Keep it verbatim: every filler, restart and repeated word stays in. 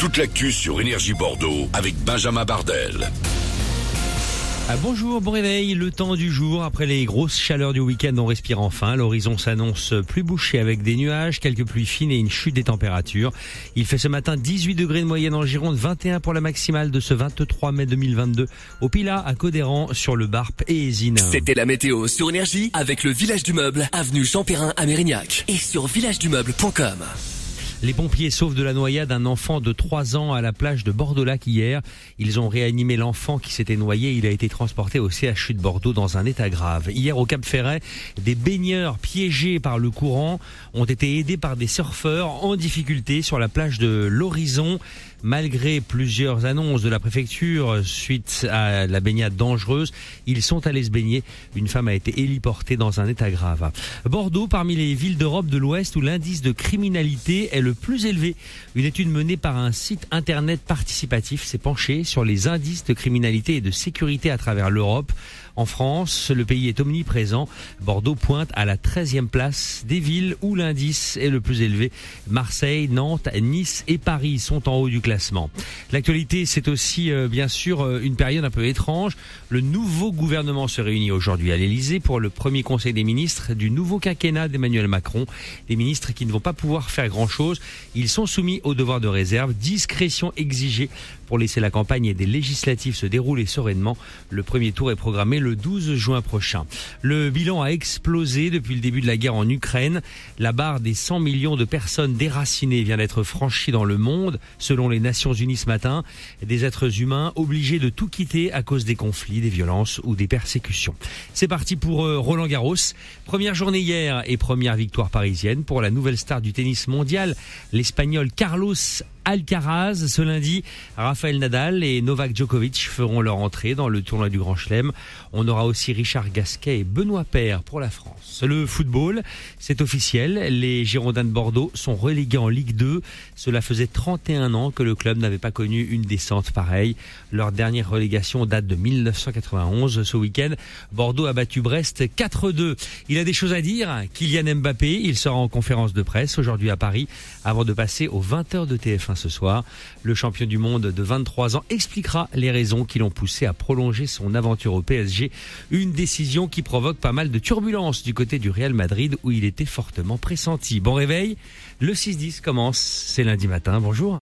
toute l'actu sur Énergie Bordeaux avec Benjamin Bardel. Ah bonjour, bon réveil, le temps du jour. Après les grosses chaleurs du week-end, on respire enfin. L'horizon s'annonce plus bouché avec des nuages, quelques pluies fines et une chute des températures. Il fait ce matin dix-huit degrés de moyenne en Gironde, vingt et un pour la maximale de ce vingt-trois mai deux mille vingt-deux. Au Pilat, à Codéran, sur le Barp et Ésine. C'était la météo sur Énergie avec le Village du Meuble, avenue Jean Perrin à Mérignac et sur village du meuble point com. Les pompiers sauvent de la noyade un enfant de trois ans à la plage de Bordeaux-Lac hier. Ils ont réanimé l'enfant qui s'était noyé. Il a été transporté au C H U de Bordeaux dans un état grave. Hier au Cap Ferret, des baigneurs piégés par le courant ont été aidés par des surfeurs en difficulté sur la plage de l'Horizon. Malgré plusieurs annonces de la préfecture suite à la baignade dangereuse, ils sont allés se baigner. Une femme a été héliportée dans un état grave. Bordeaux, parmi les villes d'Europe de l'Ouest où l'indice de criminalité est le plus élevé. Une étude menée par un site internet participatif s'est penchée sur les indices de criminalité et de sécurité à travers l'Europe. En France, le pays est omniprésent. Bordeaux pointe à la treizième place des villes où l'indice est le plus élevé. Marseille, Nantes, Nice et Paris sont en haut du classement. L'actualité, c'est aussi euh, bien sûr euh, une période un peu étrange. Le nouveau gouvernement se réunit aujourd'hui à l'Élysée pour le premier conseil des ministres du nouveau quinquennat d'Emmanuel Macron. Les ministres qui ne vont pas pouvoir faire grand-chose. Ils sont soumis au devoir de réserve, discrétion exigée pour laisser la campagne des législatives se dérouler sereinement. Le premier tour est programmé le douze juin prochain. Le bilan a explosé depuis le début de la guerre en Ukraine. La barre des cent millions de personnes déracinées vient d'être franchie dans le monde, selon les Nations Unies ce matin. Des êtres humains obligés de tout quitter à cause des conflits, des violences ou des persécutions. C'est parti pour euh, Roland Garros. Première journée hier et première victoire parisienne pour la nouvelle star du tennis mondial, l'Espagnol Carlos Alcaraz. Ce lundi, Rafael Nadal et Novak Djokovic feront leur entrée dans le tournoi du Grand Chelem. On aura aussi Richard Gasquet et Benoît Paire pour la France. Le football, c'est officiel. Les Girondins de Bordeaux sont relégués en Ligue deux. Cela faisait trente et un ans que le club n'avait pas connu une descente pareille. Leur dernière relégation date de mille neuf cent quatre-vingt-onze. Ce week-end, Bordeaux a battu Brest quatre deux. Il a des choses à dire. Kylian Mbappé, il sera en conférence de presse aujourd'hui à Paris avant de passer aux vingt heures de T F un ce soir. Le champion du monde de vingt-trois ans expliquera les raisons qui l'ont poussé à prolonger son aventure au P S G. Une décision qui provoque pas mal de turbulences du côté du Real Madrid où il était fortement pressenti. Bon réveil, le six dix commence, c'est lundi matin, bonjour.